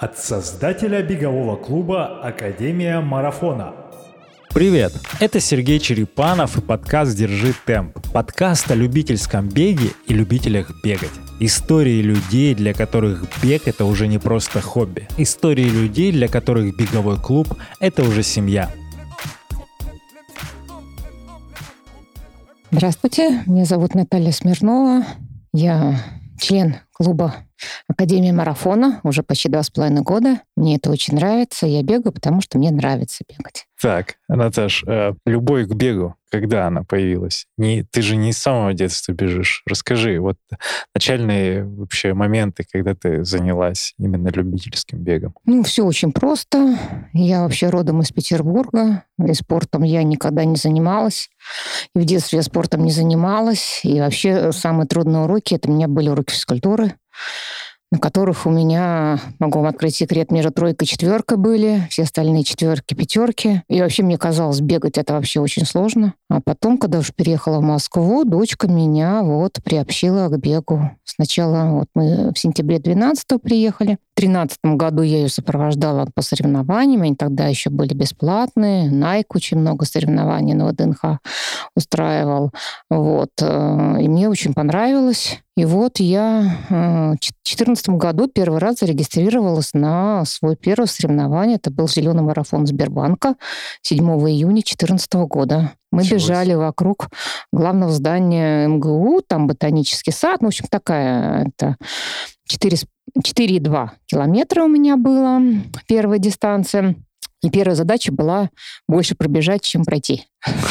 От создателя бегового клуба «Академия марафона». Привет! Это Сергей Черепанов и подкаст «Держи темп». Подкаст о любительском беге и любителях бегать. Истории людей, для которых бег — это уже не просто хобби. Истории людей, для которых беговой клуб — это уже семья. Здравствуйте, меня зовут Наталья Смирнова. Я член клуба «Академия марафона» уже почти 2,5 года. Мне это очень нравится. Я бегаю, потому что мне нравится бегать. Так, Наташ, любовь к бегу, когда она появилась? Ты же не с самого детства бежишь. Расскажи, вот начальные вообще моменты, когда ты занялась именно любительским бегом. Все очень просто. Я вообще родом из Петербурга, и спортом я никогда не занималась. И в детстве я спортом не занималась. И вообще самые трудные уроки — это у меня были уроки физкультуры, на которых у меня, могу вам открыть секрет, между 3 и 4 были, все остальные 4, 5. И вообще мне казалось, бегать это вообще очень сложно. А потом, когда уж переехала в Москву, дочка меня приобщила к бегу. Сначала мы в сентябре 12-го приехали. В 2013 году я ее сопровождала по соревнованиям. Они тогда еще были бесплатные. Nike очень много соревнований на ВДНХ устраивал. И мне очень понравилось. И я в 2014 году первый раз зарегистрировалась на свое первое соревнование. Это был зеленый марафон Сбербанка 7 июня 2014 года. Мы бежали вокруг главного здания МГУ, там ботанический сад. Это 4,2 километра у меня была первая дистанция. И первая задача была больше пробежать, чем пройти.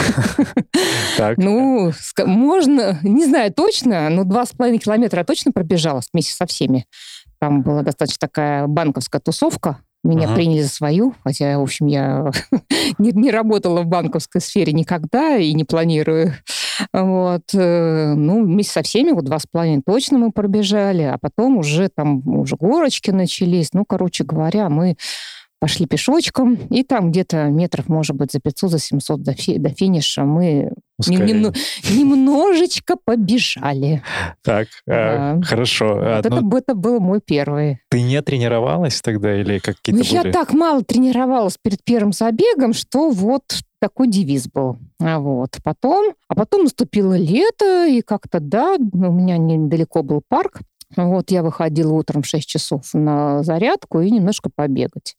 Можно, не знаю точно, но 2,5 километра я точно пробежала вместе со всеми. Там была достаточно такая банковская тусовка. Меня приняли за свою, хотя, в общем, я не работала в банковской сфере никогда и не планирую. Вместе со всеми 2,5 точно мы пробежали, а потом уже горочки начались. Короче говоря, мы пошли пешочком, и там где-то метров, может быть, за 500, за 700 до финиша мы немножечко побежали. Так, хорошо. Это был мой первый. Ты не тренировалась тогда или какие-то были? Я так мало тренировалась перед первым забегом, что такой девиз был. Потом наступило лето, и как-то, у меня недалеко был парк. Я выходила утром в 6 часов на зарядку и немножко побегать.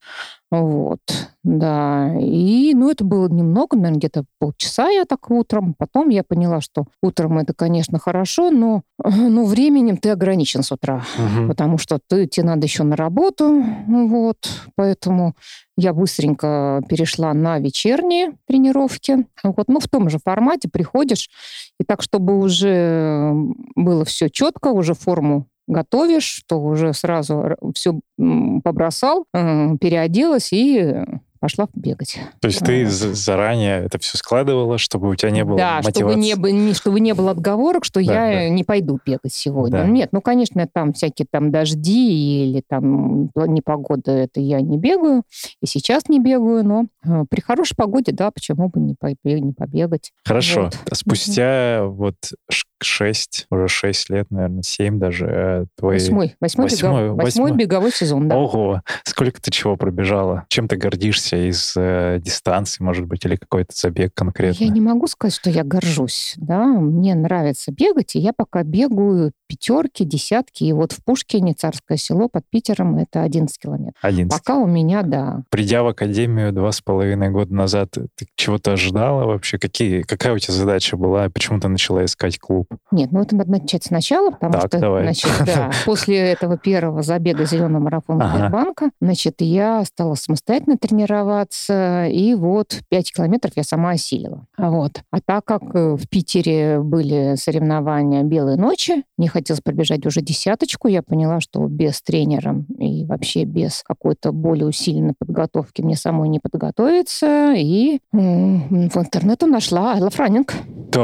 И, это было немного, наверное, где-то полчаса я так утром. Потом я поняла, что утром это, конечно, хорошо, но временем ты ограничен с утра, потому что тебе надо еще на работу. Поэтому я быстренько перешла на вечерние тренировки. В том же формате приходишь, и так, чтобы уже было все четко, уже форму готовишь, что уже сразу все побросал, переоделась и пошла бегать. То есть ты заранее это все складывала, чтобы у тебя не было мотивации? Чтобы не было отговорок, что я не пойду бегать сегодня. Да. Нет, конечно, там всякие дожди или непогода, это я не бегаю. И сейчас не бегаю, но при хорошей погоде, почему бы не побегать. Хорошо. Спустя 6 лет, наверное, 7 даже. Восьмой беговой сезон, да. Ого! Сколько ты чего пробежала? Чем ты гордишься из дистанции, может быть, или какой-то забег конкретно? Я не могу сказать, что я горжусь. Мне нравится бегать, и я пока бегаю 5, 10. И в Пушкине, Царское Село, под Питером, это 11 километров. 11. Пока у меня, да. Придя в академию 2,5 года назад, ты чего-то ожидала вообще? Какая у тебя задача была? Почему ты начала искать клуб? Нет, это надо начать сначала, потому давай. После этого первого забега зеленого марафона Сбербанка, я стала самостоятельно тренироваться, и 5 километров я сама осилила. А так как в Питере были соревнования «Белые ночи», мне хотелось пробежать уже 10, я поняла, что без тренера и вообще без какой-то более усиленной подготовки мне самой не подготовиться, и в интернете нашла I Love Running. Так.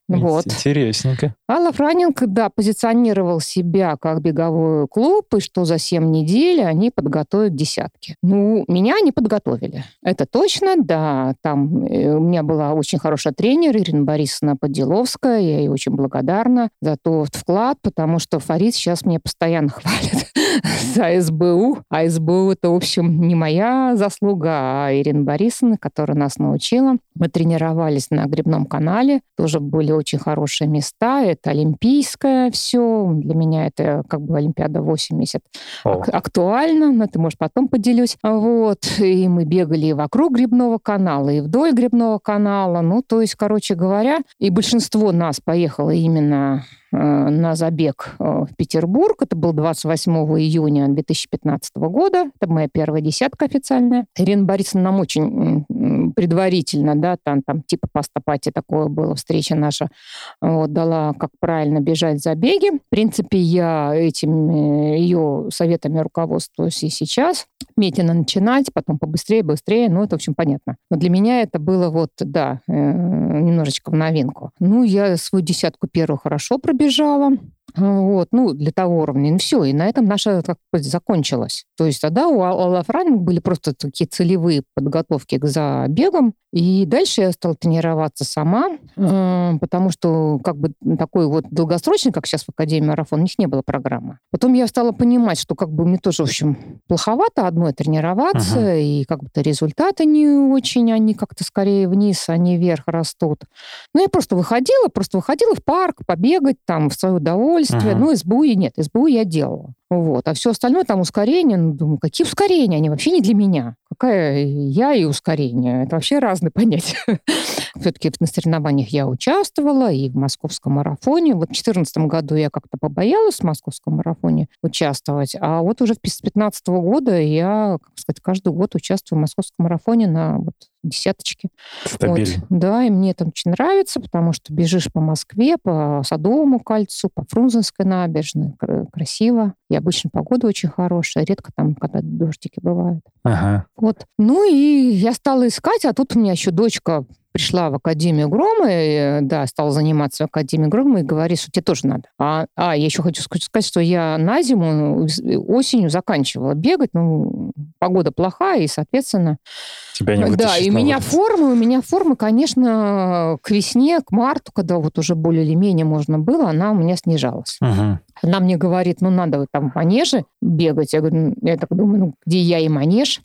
Вот. Интересненько. А Love Running, да, позиционировал себя как беговой клуб, и что за 7 недель они подготовят десятки. Ну, меня не подготовили. Это точно, да. Там у меня была очень хорошая тренер Ирина Борисовна Подделовская. Я ей очень благодарна за тот вклад, потому что Фарид сейчас меня постоянно хвалит за СБУ. А СБУ это, в общем, не моя заслуга, а Ирина Борисовна, которая нас научила. Мы тренировались на Гребном канале. Тоже были очень хорошие места. Это олимпийское все. Для меня это как бы Олимпиада 80 актуально. Но это, может, потом поделюсь. Вот. И мы бегали вокруг Гребного канала, и вдоль Гребного канала. Ну, то есть, короче говоря, и большинство нас поехало именно на забег в Петербург. Это был 28 июня 2015 года. Это моя первая десятка официальная. Ирина Борисовна нам очень предварительно, да, там типа паста-пати такое было, встреча наша, вот, дала, как правильно бежать забеги. В принципе, я этим ее советами руководствуюсь и сейчас. Медленно начинать, потом побыстрее, быстрее. Ну, это, в общем, понятно. Но для меня это было вот, да, немножечко в новинку. Ну, я свою десятку первую хорошо пробежала. Вот, ну, для того уровня. Ну, все, и на этом наша так закончилась. То есть тогда у Love Running были просто такие целевые подготовки к забегам. И дальше я стала тренироваться сама, потому что как бы такой вот долгосрочный, как сейчас в Академии Марафон, у них не было программы. Потом я стала понимать, что как бы мне тоже, в общем, плоховато одной тренироваться, и как бы-то результаты не очень, они как-то скорее вниз, а не вверх растут. Ну, я просто выходила в парк побегать там в свое удовольствие. Ну, СБУ и нет, СБУ я делала. Вот. А все остальное, там ускорения, ну, думаю, какие ускорения? Они вообще не для меня. Какая я и ускорение? Это вообще разные понятия. Все-таки на соревнованиях я участвовала и в московском марафоне. Вот в 2014 году я как-то побоялась в московском марафоне участвовать, а вот уже с 2015 года я, как сказать, каждый год участвую в московском марафоне на вот десяточке. Стабильно. Вот. Да, и мне это очень нравится, потому что бежишь по Москве, по Садовому кольцу, по Фрунзенской набережной. Красиво. И обычно погода очень хорошая. Редко там, когда дождики бывают. Ага. Вот. Ну и я стала искать, а тут у меня еще дочка пришла в Академию Грома, и, да, стала заниматься в Академии Грома и говорит, что тебе тоже надо. Я еще хочу сказать, что я на зиму, осенью заканчивала бегать, ну, погода плохая, и, соответственно... Тебя не вытащить. Да, и у меня форма, конечно, к весне, к марту, когда вот уже более или менее можно было, она у меня снижалась. Она мне говорит, ну, надо там в манеже бегать. Я говорю, я так думаю, ну, где я и манеж?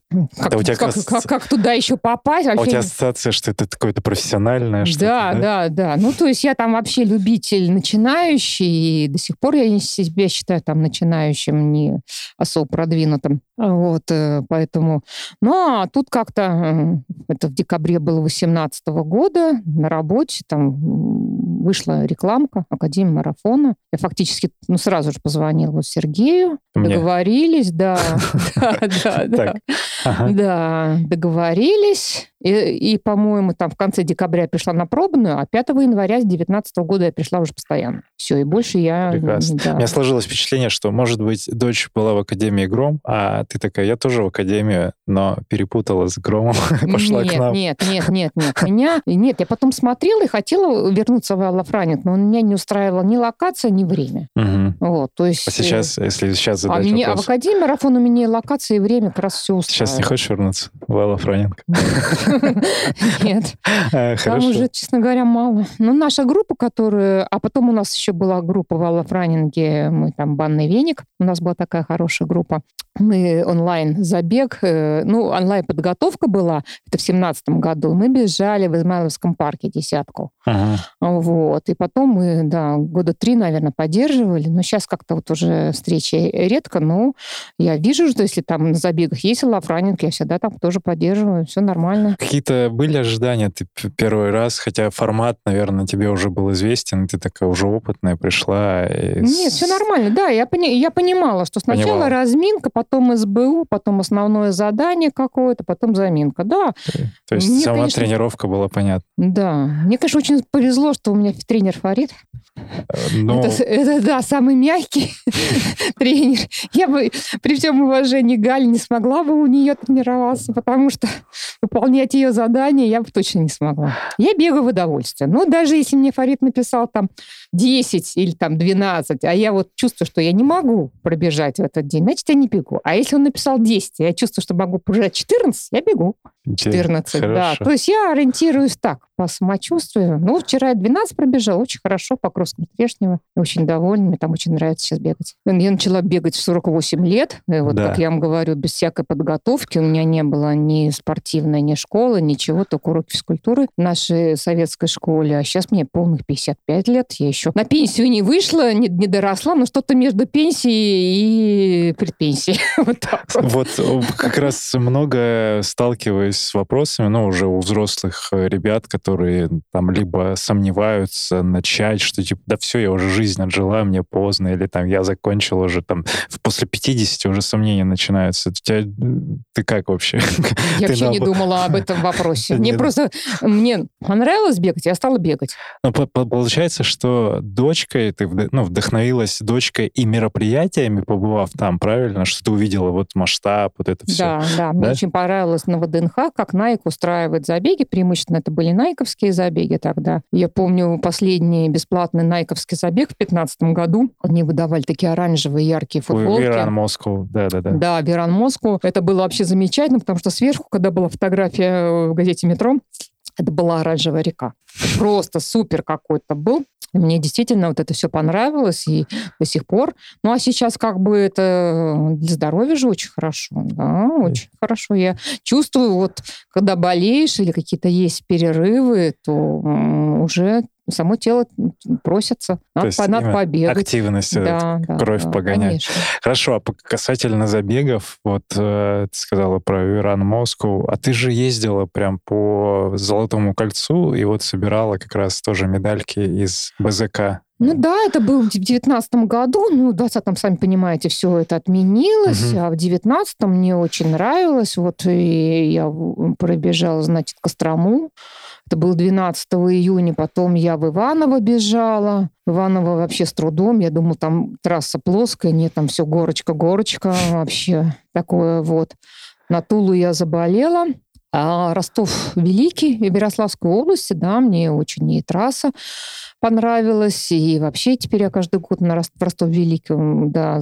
Как туда еще попасть? А у тебя ассоциация, что это какое-то профессиональное что-то, да? Да. Ну, то есть я там вообще любитель начинающий, и до сих пор я себя считаю там начинающим, не особо продвинутым. Вот, поэтому... Ну, а тут как-то, это в декабре было 2018 года, на работе там вышла рекламка Академии Марафона. Я фактически, ну, сразу же позвонила вот Сергею, договорились, да, договорились. И, по-моему, там в конце декабря я пришла на пробную, а 5 января 2019 года я пришла уже постоянно. Все, и больше я... Прекрасно. Да. У меня сложилось впечатление, что, может быть, дочь была в Академии Гром, а ты такая, я тоже в Академию, но перепутала с Громом, пошла к нам. Нет. Нет, я потом смотрела и хотела вернуться в Love Running, но меня не устраивала ни локация, ни время. Вот, то есть... А сейчас, если сейчас задать вопрос... А в Академии Марафон у меня локация и время как раз все устраивает. Сейчас не хочешь вернуться в Love Running? Нет. Там уже, честно говоря, мало. Ну, наша группа, которая... А потом у нас еще была группа в Love Running, мы там «Банный веник». У нас была такая хорошая группа. Мы онлайн-забег, онлайн-подготовка была, это в 2017 году. Мы бежали в Измайловском парке десятку. Вот. И потом мы, года 3, наверное, поддерживали. Но сейчас как-то вот уже встречи редко. Но я вижу, что если там на забегах есть Love Running, я всегда там тоже поддерживаю. Все нормально. Какие-то были ожидания? Ты первый раз, хотя формат, наверное, тебе уже был известен, ты такая уже опытная пришла. Нет, все нормально. Да, я понимала, что сначала разминка, потом СБУ, потом основное задание какое-то, потом заминка. Да. То есть сама, конечно, тренировка была понятна. Да. Мне, конечно, очень повезло, что у меня тренер Фарид. Это самый мягкий тренер. Я бы при всем уважении Галь не смогла бы у нее тренироваться, потому что выполнять ее задание я бы точно не смогла. Я бегаю в удовольствие. Но даже если мне Фарид написал там 10 или там 12, а я вот чувствую, что я не могу пробежать в этот день, значит, я не бегу. А если он написал 10, а я чувствую, что могу пробежать 14, я бегу. 14, да. То есть я ориентируюсь так, по самочувствию. Ну, вчера я 12 пробежала, очень хорошо, по Покровскому Стрешнева. Очень довольна, мне там очень нравится сейчас бегать. Я начала бегать в 48 лет, и вот, как я вам говорю, без всякой подготовки. У меня не было ни спортивной, ни школы, ничего, только уроки физкультуры в нашей советской школе. А сейчас мне полных 55 лет. Я еще на пенсию не вышла, не доросла, но что-то между пенсией и предпенсией. Вот так вот. Вот как раз много сталкиваюсь с вопросами, ну, уже у взрослых ребят, которые там либо сомневаются начать, что типа, да все, я уже жизнь отжила, мне поздно, или там я закончил уже там, после 50 уже сомнения начинаются. Ты как вообще? Я вообще не думала об этом вопросе. Мне понравилось бегать, я стала бегать. Но получается, что дочкой, ты вдохновилась дочкой и мероприятиями, побывав там, правильно? Что ты увидела вот масштаб, вот это все. Да, мне очень понравилось на ВДНХ, как Nike устраивает забеги. Преимущественно это были найковские забеги тогда. Я помню последний бесплатный найковский забег в 2015 году. Они выдавали такие оранжевые яркие футболки. Be Run Moscow, да. Да, Be Run Moscow. Это было вообще замечательно, потому что сверху, когда была фотография в газете «Метро», это была оранжевая река. Просто супер какой-то был. Мне действительно вот это все понравилось, и до сих пор. Ну, а сейчас как бы это для здоровья же очень хорошо. Да, очень хорошо. Я чувствую, вот когда болеешь или какие-то есть перерывы, то уже само тело просится. Надо побегать. Активность, кровь погонять. Конечно. Хорошо, а касательно забегов, вот ты сказала про Run Moscow, а ты же ездила прям по Золотому кольцу и вот собирала как раз тоже медальки из БЗК. Ну да, это было в 2019 году. Ну, в 2020, сами понимаете, все это отменилось. А в 2019 мне очень нравилось. Вот и я пробежала, значит, Кострому. Это было 12 июня. Потом я в Иваново бежала. В Иваново вообще с трудом. Я думала, там трасса плоская. Нет, там все горочка вообще такое вот. На Тулу я заболела. А Ростов Великий, в Ярославской области, да, мне очень и трасса понравилась. И вообще теперь я каждый год в Ростов-Великом, да,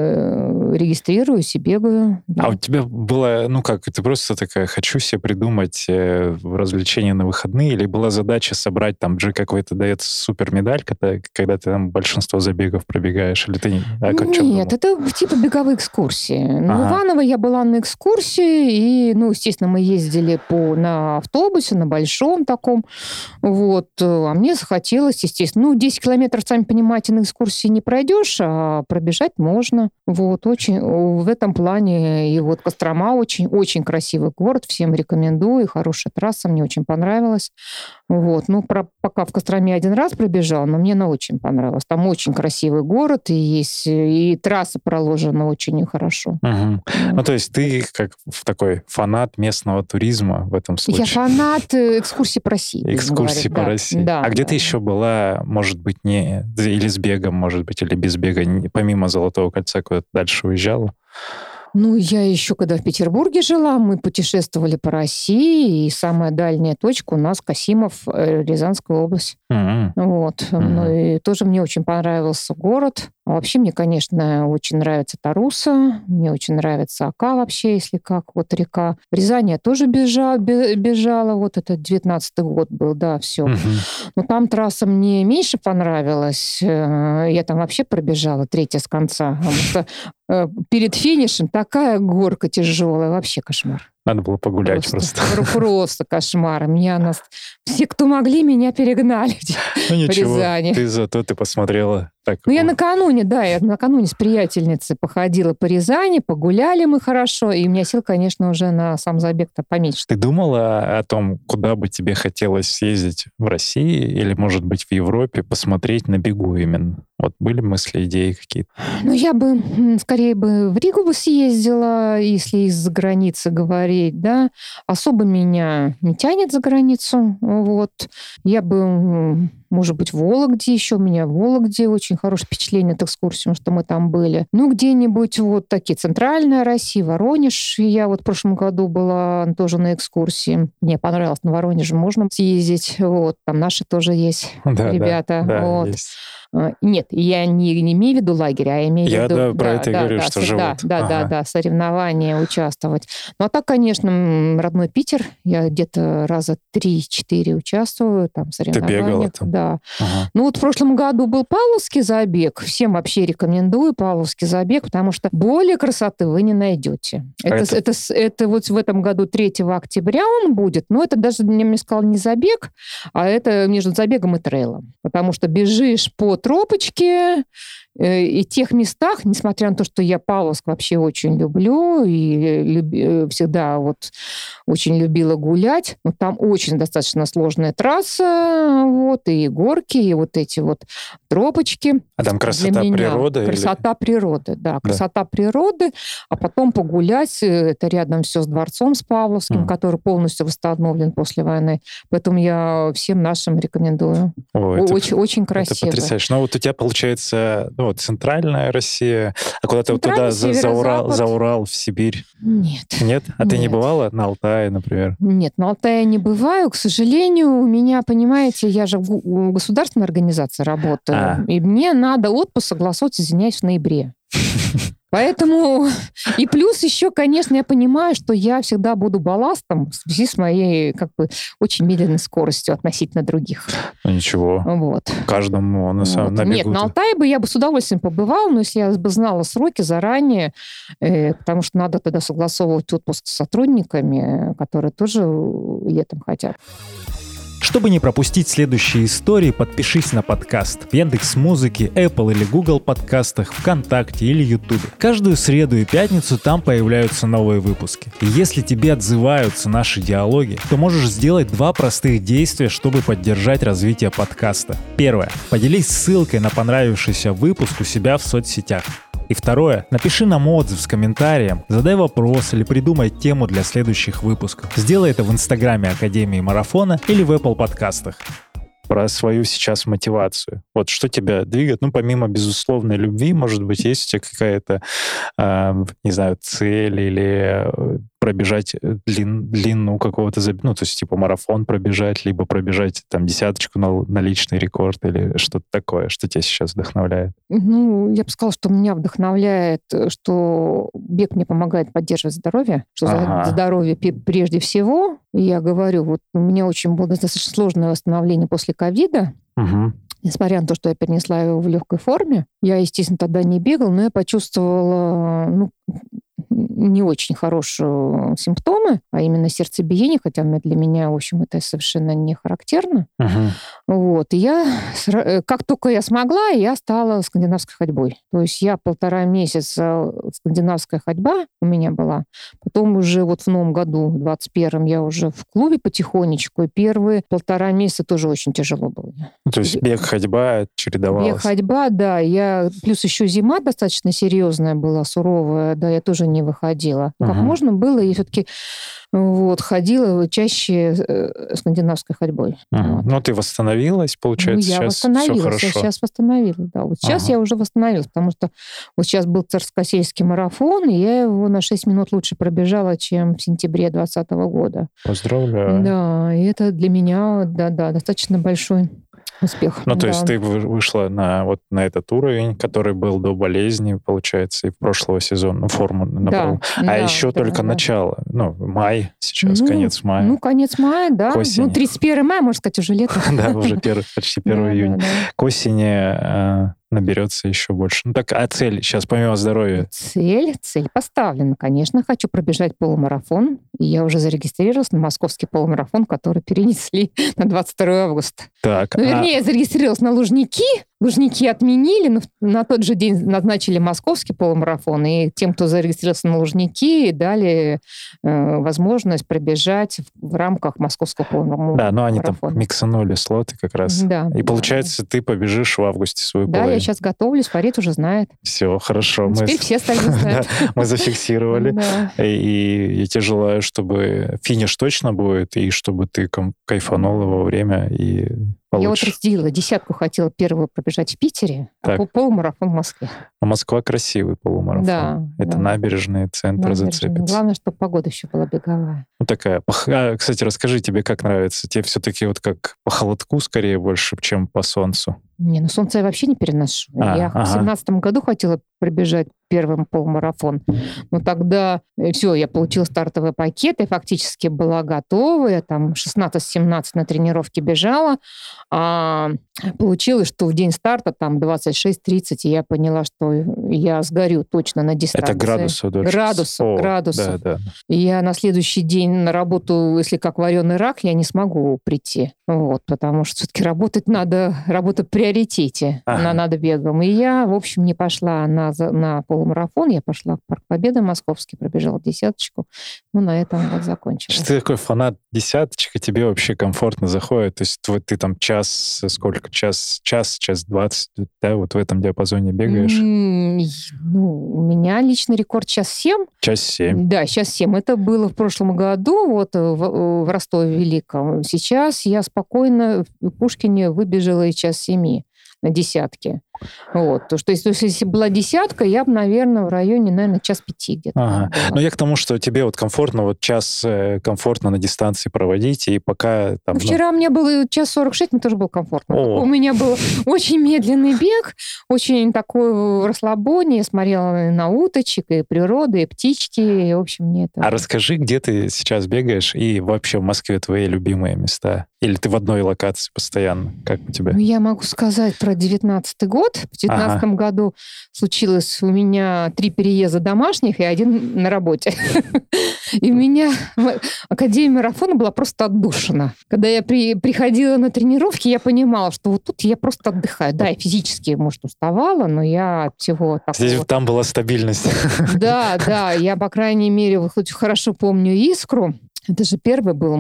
регистрируюсь и бегаю. Да. А у тебя было, ты просто такая, хочу себе придумать развлечения на выходные, или была задача собрать, там же какой-то дается супер медаль, когда ты там большинство забегов пробегаешь, или ты не... Нет, это типа беговые экскурсии. В Иваново я была на экскурсии, и, естественно, мы ездили на автобусе, на большом таком, вот, а мне захотелось, естественно, 10 километров, сами понимаете, на экскурсии не пройдешь, а пробежать можно. Вот, очень в этом плане. И вот Кострома очень красивый город, всем рекомендую, хорошая трасса, мне очень понравилась. Вот, пока в Костроме один раз пробежала, но мне она очень понравилась. Там очень красивый город, и трасса проложена очень хорошо. Угу. То есть ты как такой фанат местного туризма в этом случае? Я фанат экскурсий по России. Экскурсии по России. Да, где ты еще была, может быть, или с бегом, может быть, или без бега, помимо Золотого кольца, куда-то дальше уезжала? Я еще когда в Петербурге жила, мы путешествовали по России, и самая дальняя точка у нас Касимов, Рязанская область. Вот. И тоже мне очень понравился город. А вообще мне, конечно, очень нравится Таруса, мне очень нравится Ока вообще, если как, вот река. В Рязани я тоже бежала, вот это 19-й год был, да, все. Но там трасса мне меньше понравилась. Я там вообще пробежала третья с конца, потому что перед финишем такая горка тяжелая, вообще кошмар. Надо было погулять просто. Просто кошмар. Все, кто могли, меня перегнали в Рязани. Ты посмотрела. Так. Я накануне с приятельницей походила по Рязани, погуляли мы хорошо, и у меня сил, конечно, уже на сам забег-то поменьше. Ты думала о том, куда бы тебе хотелось съездить в России или, может быть, в Европе, посмотреть на бегу именно? Вот были мысли, идеи какие-то? Ну, я бы скорее бы в Ригу бы съездила, если из-за границы говорить, да. Особо меня не тянет за границу, вот. Я бы, может быть, в Вологде еще. У меня в Вологде очень хорошее впечатление от экскурсии, что мы там были. Ну, где-нибудь вот такие центральная Россия, Воронеж. Я вот в прошлом году была тоже на экскурсии. Мне понравилось, на Воронеж можно съездить. Вот, там наши тоже есть ребята. Да, вот. есть. Нет, я не имею в виду лагерь, а имею в виду... Я про это и говорю, что живут. Да, соревнования, участвовать. Ну, а так, конечно, родной Питер. Я где-то раза 3-4 участвую, там, в соревнованиях. Ты бегала там? Да. Ну, вот в прошлом году был Павловский забег. Всем вообще рекомендую Павловский забег, потому что более красоты вы не найдете. Это вот в этом году 3 октября он будет, но это даже, мне сказал, не забег, а это между забегом и трейлом. Потому что бежишь по тропочке, и тех местах, несмотря на то, что я Павловск вообще очень люблю, и всегда вот очень любила гулять, но там очень достаточно сложная трасса, вот, и горки, и вот эти вот тропочки. А там красота природы? Красота природы, да, красота природы, а потом погулять, это рядом все с дворцом, с Павловским, который полностью восстановлен после войны, поэтому я всем нашим рекомендую. Очень красиво. Это потрясающе. Ну, вот у тебя, получается, центральная Россия, а куда-то вот туда, за Урал, в Сибирь? Нет. Нет? А ты не бывала на Алтае, например? Нет, на Алтае не бываю. К сожалению, у меня, понимаете, я же в государственной организации работаю, и мне надо отпуск согласовать, извиняюсь, в ноябре. Поэтому, и плюс еще, конечно, я понимаю, что я всегда буду балластом в связи с моей, очень медленной скоростью относительно других. Ну, ничего. Вот. Каждому на самом деле. Нет, на Алтае я бы с удовольствием побывала, но если я бы знала сроки заранее, потому что надо тогда согласовывать отпуск с сотрудниками, которые тоже летом хотят. Чтобы не пропустить следующие истории, подпишись на подкаст в Яндекс.Музыке, Apple или Google подкастах, ВКонтакте или Ютубе. Каждую среду и пятницу там появляются новые выпуски. И если тебе отзываются наши диалоги, то можешь сделать 2 простых действия, чтобы поддержать развитие подкаста. Первое. Поделись ссылкой на понравившийся выпуск у себя в соцсетях. И второе, напиши нам отзыв с комментарием, задай вопрос или придумай тему для следующих выпусков. Сделай это в Инстаграме Академии Марафона или в Apple подкастах. Про свою сейчас мотивацию. Вот что тебя двигает? Ну, помимо безусловной любви, может быть, есть у тебя какая-то, не знаю, цель или пробежать длину какого-то, то есть типа марафон пробежать, либо пробежать там 10 на личный рекорд или что-то такое, что тебя сейчас вдохновляет? Ну, я бы сказала, что меня вдохновляет, что бег мне помогает поддерживать здоровье, что здоровье прежде всего. Я говорю, вот у меня очень было достаточно сложное восстановление после ковида. Несмотря на то, что я перенесла его в легкой форме. Я, естественно, тогда не бегала, но я почувствовала, не очень хорошие симптомы, а именно сердцебиение, хотя для меня, в общем, это совершенно не характерно. Вот. И как только я смогла, я стала скандинавской ходьбой. То есть я 1,5 месяца скандинавская ходьба у меня была. Потом уже вот в новом году, в 21-м, я уже в клубе потихонечку. И первые 1,5 месяца тоже очень тяжело было. То есть бег-ходьба чередовалась? Бег-ходьба, да. Плюс еще зима достаточно серьезная была, суровая, да, я тоже не выходила. Как можно было, и все-таки ходила чаще скандинавской ходьбой. Ну, ты восстановилась, получается, я сейчас восстановилась, все хорошо? Я сейчас восстановилась, да. Вот сейчас я уже восстановилась, потому что вот сейчас был Царскосельский марафон, и я его на 6 минут лучше пробежала, чем в сентябре 2020 года. Поздравляю. Да, и это для меня, достаточно большой успех. Ну, то есть ты вышла на этот уровень, который был до болезни, получается, и прошлого сезона, форму набрала. Еще только начало. Май сейчас, конец мая. Ну, конец мая, да. К осени. 31 мая, можно сказать, уже лето. Да, уже почти 1 июня. К осени наберется еще больше. Ну так, а цель сейчас, помимо здоровья? Цель поставлена. Конечно, хочу пробежать полумарафон. И я уже зарегистрировалась на московский полумарафон, который перенесли на 22 августа. Так. Вернее, я зарегистрировалась на Лужники, Лужники отменили, но на тот же день назначили московский полумарафон, и тем, кто зарегистрировался на Лужники, дали возможность пробежать в рамках московского полумарафона. Да, но они там миксанули слоты как раз. Да. И получается, ты побежишь в августе свою половину. Да, я сейчас готовлюсь, Фарид уже знает. Все, хорошо. Теперь все остальные знают. Мы зафиксировали. И я тебе желаю, чтобы финиш точно будет, и чтобы ты кайфанула во время и получше. Я вот разделила. 10 хотела первую пробежать в Питере, а полумарафон в Москве. А Москва красивый полумарафон. Да. Это набережные, центр зацепится. Главное, чтобы погода еще была беговая. Ну, такая. Кстати, расскажи, тебе как нравится? Тебе все-таки вот как по холодку скорее больше, чем по солнцу? Не, ну солнце я вообще не переношу. Я в 2017 году хотела пробежать первым полумарафон. Но тогда все, я получила стартовый пакет, я фактически была готова. Я там 16-17 на тренировке бежала. А получилось, что в день старта там 26-30, и я поняла, что я сгорю точно на дистанции. Это градусов? Градусов. Да. И я на следующий день на работу, если как вареный рак, я не смогу прийти. Вот, потому что все-таки работать надо, работа в приоритете над бегом. И я, в общем, не пошла на полумарафон, я пошла в Парк Победы московский, пробежала 10-очку. Ну, на этом вот закончилось. Что ты такой фанат 10-очек, и тебе вообще комфортно заходит? То есть вот ты там час 20, да, вот в этом диапазоне бегаешь? У меня личный рекорд час 7. Час 7? Да, час 7. Это было в прошлом году, вот в Ростове-Великом. Сейчас я спокойно в Пушкине выбежала и час 7 на десятке. Вот. То есть, если была десятка, я бы, наверное, в районе, час 5 где-то. Ага. Ну, я к тому, что тебе вот комфортно, вот час комфортно на дистанции проводить, и пока... Там, вчера мне было час 46, мне тоже было комфортно. У меня был очень медленный бег, очень такое расслабление. Я смотрела на уточек, и природу, и птички, и, в общем, мне это... А расскажи, где ты сейчас бегаешь, и вообще в Москве твои любимые места? Или ты в одной локации постоянно? Как у тебя? Ну, я могу сказать про 19-й год. В 2019 году случилось у меня 3 переезда домашних и 1 на работе. И у меня Академия марафона была просто отдушина. Когда я приходила на тренировки, я понимала, что вот тут я просто отдыхаю. Да, я физически, может, уставала, но я от всего такого... Здесь там была стабильность. Да, я, по крайней мере, хоть хорошо помню «Искру». Это же первый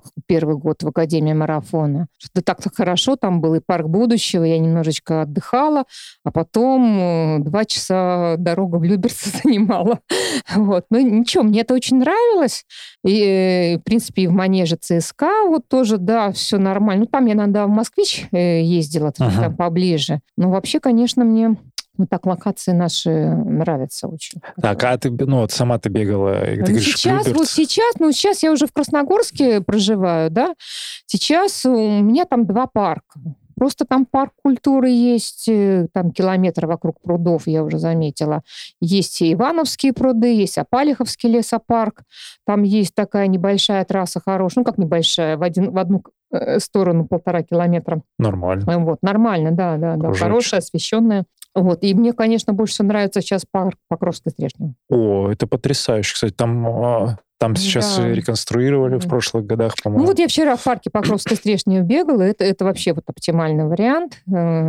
год в Академии марафона. Что-то так-то хорошо там был, и парк будущего, я немножечко отдыхала, а потом 2 часа дорога в Люберцы занимала. Вот. Ну ничего, мне это очень нравилось. И, в принципе, и в манеже ЦСКА вот тоже, да, все нормально. Ну, там я иногда в Москвич ездила, там поближе. Но вообще, конечно, мне... Ну, так локации наши нравятся очень. Так, а ты, сама ты бегала, ты говоришь, сейчас я уже в Красногорске проживаю, да. Сейчас у меня там 2 парка. Просто там парк культуры есть, там километр вокруг прудов, я уже заметила. Есть и Ивановские пруды, есть Апалиховский лесопарк. Там есть такая небольшая трасса хорошая, как небольшая, в одну сторону 1,5 километра. Нормально. Вот, нормально, да. Хорошая, освещенная. Вот. И мне, конечно, больше всего нравится сейчас парк Покровской Стрешни. О, это потрясающе. Кстати, там сейчас реконструировали в прошлых годах, по-моему. Ну вот я вчера в парке Покровской Стрешни бегала. Это вообще вот оптимальный вариант.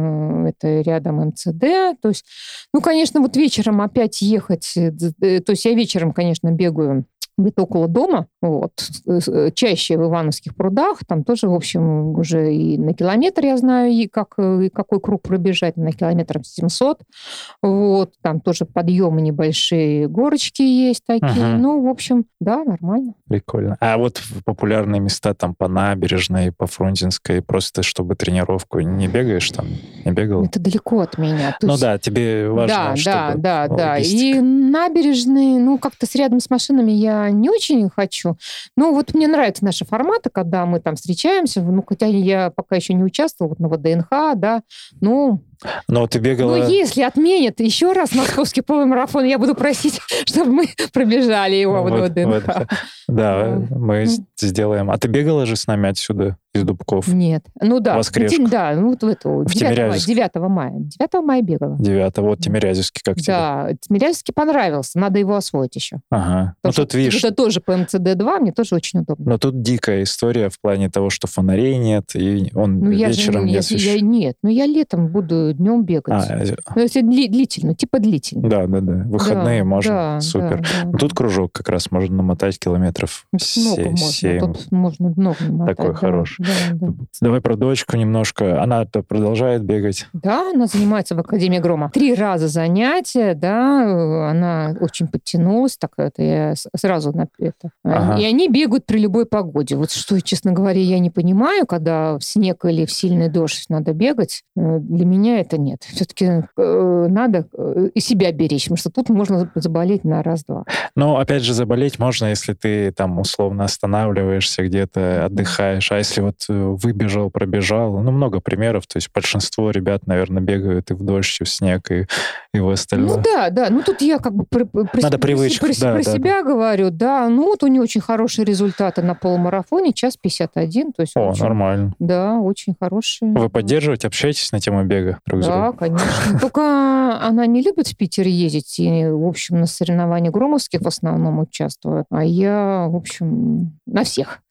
Это рядом МЦД. То есть, конечно, вот вечером опять ехать. То есть я вечером, конечно, бегаю где-то около дома, вот, чаще в Ивановских прудах, там тоже, в общем, уже и на километр я знаю, и какой круг пробежать, на километр 700, вот, там тоже подъемы небольшие, горочки есть такие, в общем, да, нормально. Прикольно. А вот популярные места там по набережной, по Фрунзенской, просто чтобы тренировку не бегаешь там? Не бегал? Это далеко от меня. Тебе важно, чтобы... Да. И набережные, как-то рядом с машинами я не очень хочу. Но вот мне нравятся наши форматы, когда мы там встречаемся, хотя я пока еще не участвовала на ВДНХ, да, Но ты бегала... если отменят еще раз московский полумарафон, я буду просить, чтобы мы пробежали его в ВДНХ. Да, мы сделаем. А ты бегала же с нами отсюда, из Дубков? Нет. Воскрешку. Да, в 9 мая. 9 мая бегала. 9, вот Тимирязевский как тебе? Да, Тимирязевский понравился, надо его освоить еще. Ага. Тут видишь... Это тоже по МЦД-2, мне тоже очень удобно. Но тут дикая история в плане того, что фонарей нет, и он вечером не освещен. Нет, я летом буду днем бегать. Ну, если длительно, типа длительно. Да. Выходные можно. Супер. Да. Тут кружок как раз можно намотать километров 7. Тут можно много намотать. Такой хороший. Да. Давай про дочку немножко. Она-то продолжает бегать? Да, она занимается в Академии Грома. 3 раза занятия, да, она очень подтянулась, так это я сразу на это. И они бегают при любой погоде. Вот что, честно говоря, я не понимаю, когда в снег или в сильный дождь надо бегать. Для меня это нет. Все-таки надо и себя беречь, потому что тут можно заболеть на раз-два. Ну, опять же, заболеть можно, если ты там условно останавливаешься где-то, отдыхаешь. А если вот выбежал, пробежал, ну, много примеров. То есть большинство ребят, наверное, бегают и в дождь, и в снег, и в остальное. Ну да. Ну тут я как бы про себя говорю. Да, ну вот у нее очень хорошие результаты на полумарафоне, 1:51. То есть нормально. Да, очень хорошие. Вы поддерживаете, общаетесь на тему бега друг с другом? Да, конечно. Только она не любит в Питере ездить и, в общем, на соревнованиях громовских в основном участвует. А я, в общем, на всех.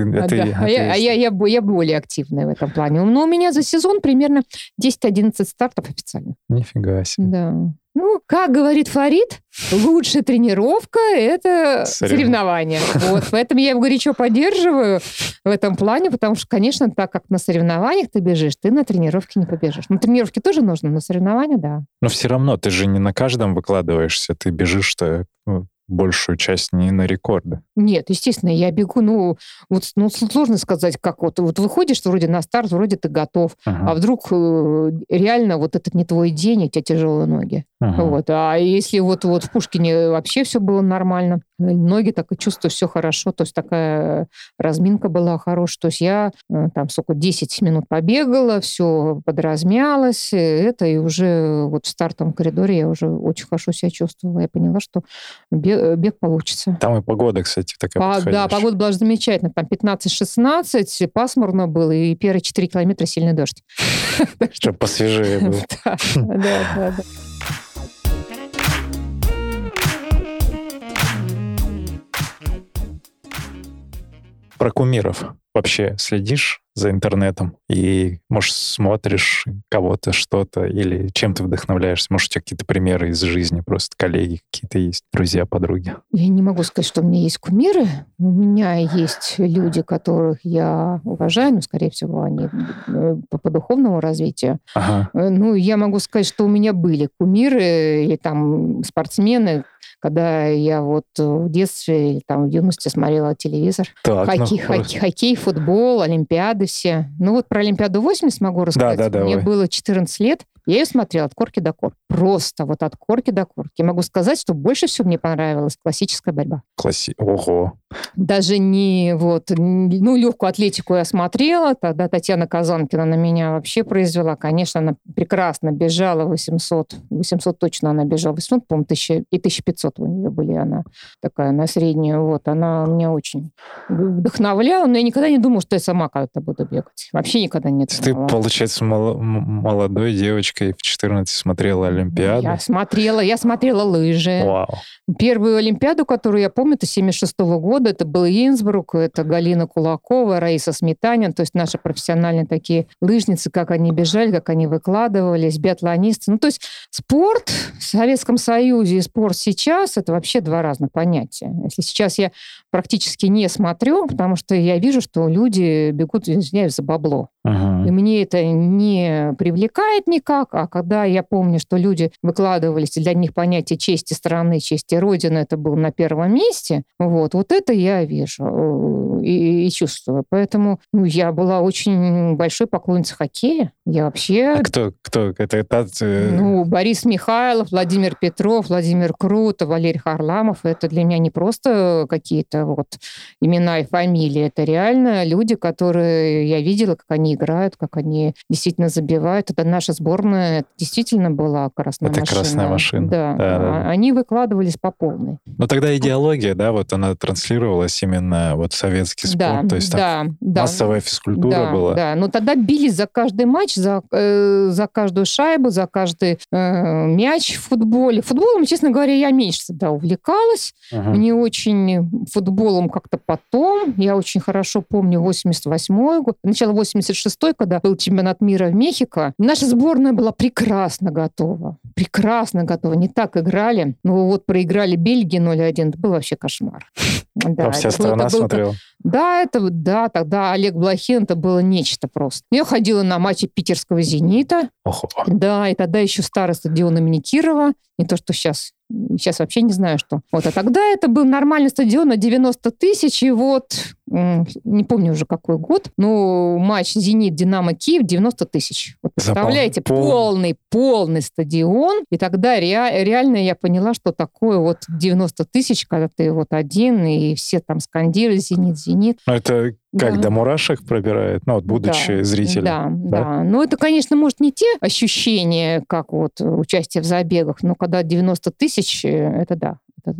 Я более активная в этом плане. Но у меня за сезон примерно 10-11 стартов официально. Нифига себе. Да. Ну, как говорит Фарид, лучшая тренировка – это соревнования. Вот, поэтому я его горячо поддерживаю в этом плане, потому что, конечно, так как на соревнованиях ты бежишь, ты на тренировке не побежишь. На тренировке тоже нужно, на соревнования – да. Но все равно ты же не на каждом выкладываешься, ты бежишь-то большую часть не на рекорды. Нет, естественно, я бегу, сложно сказать, как вот выходишь вроде на старт, вроде ты готов, а вдруг реально вот этот не твой день, у тебя тяжелые ноги. Вот. А если вот в Пушкине вообще все было нормально, ноги так и чувствую, все хорошо, то есть такая разминка была хорошая, то есть я там 10 минут побегала, все подразмялась, и уже вот в стартовом коридоре я уже очень хорошо себя чувствовала, я поняла, что бег получится. Там и погода, кстати, такая подходящая. Да, погода была замечательная. Там 15-16, пасмурно было, и первые 4 километра сильный дождь. Чтобы посвежее было. Да. Про кумиров вообще следишь за интернетом? И, может, смотришь кого-то, что-то, или чем ты вдохновляешься? Может, у тебя какие-то примеры из жизни, просто коллеги какие-то есть, друзья, подруги? Я не могу сказать, что у меня есть кумиры. У меня есть люди, которых я уважаю, но, скорее всего, они по духовному развитию. Ну, я могу сказать, что у меня были кумиры или там спортсмены, когда я вот в детстве или там в юности смотрела телевизор. Хоккей, футбол, олимпиады все. Ну вот про Олимпиаду 80 могу рассказать. Мне было 14 лет. Я ее смотрела от корки до корки. Просто вот от корки до корки. Я могу сказать, что больше всего мне понравилась классическая борьба. Ого. Даже не легкую атлетику я смотрела. Тогда Татьяна Казанкина на меня вообще произвела. Конечно, она прекрасно бежала 800. 800 точно она бежала. 800, по-моему, 1000 и 1500 у нее были. Она такая на среднюю. Вот. Она меня очень вдохновляла. Но я никогда не думала, что я сама когда-то буду бегать. Вообще никогда не думала. Ты, получается, молодой девочкой в 14 смотрела Олимпиаду? Я смотрела лыжи. Вау. Первую Олимпиаду, которую я помню, это 76 года, это был Инсбрук, это Галина Кулакова, Раиса Сметанин, то есть наши профессиональные такие лыжницы, как они бежали, как они выкладывались, биатлонисты. Ну, то есть спорт в Советском Союзе и спорт сейчас – это вообще два разных понятия. Если сейчас я практически не смотрю, потому что я вижу, что люди бегут, извиняюсь, за бабло. И мне это не привлекает никак, а когда я помню, что люди выкладывались, и для них понятие чести страны, чести Родины, это было на первом месте, вот это я вижу и чувствую. Поэтому я была очень большой поклонницей хоккея. Я вообще... А кто? Это... Борис Михайлов, Владимир Петров, Владимир Крутов, Валерий Харламов. Это для меня не просто какие-то имена и фамилии. Это реально люди, которые я видела, как они играют, как они действительно забивают. Это наша сборная действительно была красная машина. Это красная машина. Да. Они выкладывались по полной. Ну тогда идеология, да, она транслируется транслировалось именно вот советский спорт, Да, то есть там да, массовая физкультура да, была. да. Но тогда бились за каждый матч, за каждую шайбу, за каждый мяч в футболе. Футболом, честно говоря, я меньше тогда увлекалась. Мне очень футболом как-то потом. Я очень хорошо помню 88-й год, начало 86-й, когда был чемпионат мира в Мехико. Наша сборная была прекрасно готова. Прекрасно готова. Не так играли. Ну вот проиграли Бельгии 0-1. Это был вообще кошмар. Да, вся страна смотрела. Да, тогда Олег Блохин, это было нечто просто. Я ходила на матчи питерского «Зенита». Ого. Да, и тогда еще старый стадион имени Кирова. Не то, что сейчас. Сейчас вообще не знаю, что. Вот, а тогда это был нормальный стадион на 90 тысяч, и вот, не помню уже какой год, но матч «Зенит-Динамо Киев» 90 тысяч. Вот представляете, полный стадион. И тогда реально я поняла, что такое вот 90 тысяч, когда ты вот один, и все там скандируют «Зенит, Зенит». Ну, это как, до мурашек пробирает? Ну, вот будучи зрителем. Да. Ну, это, конечно, может, не те ощущения, как вот участие в забегах, но когда 90 тысяч, это да.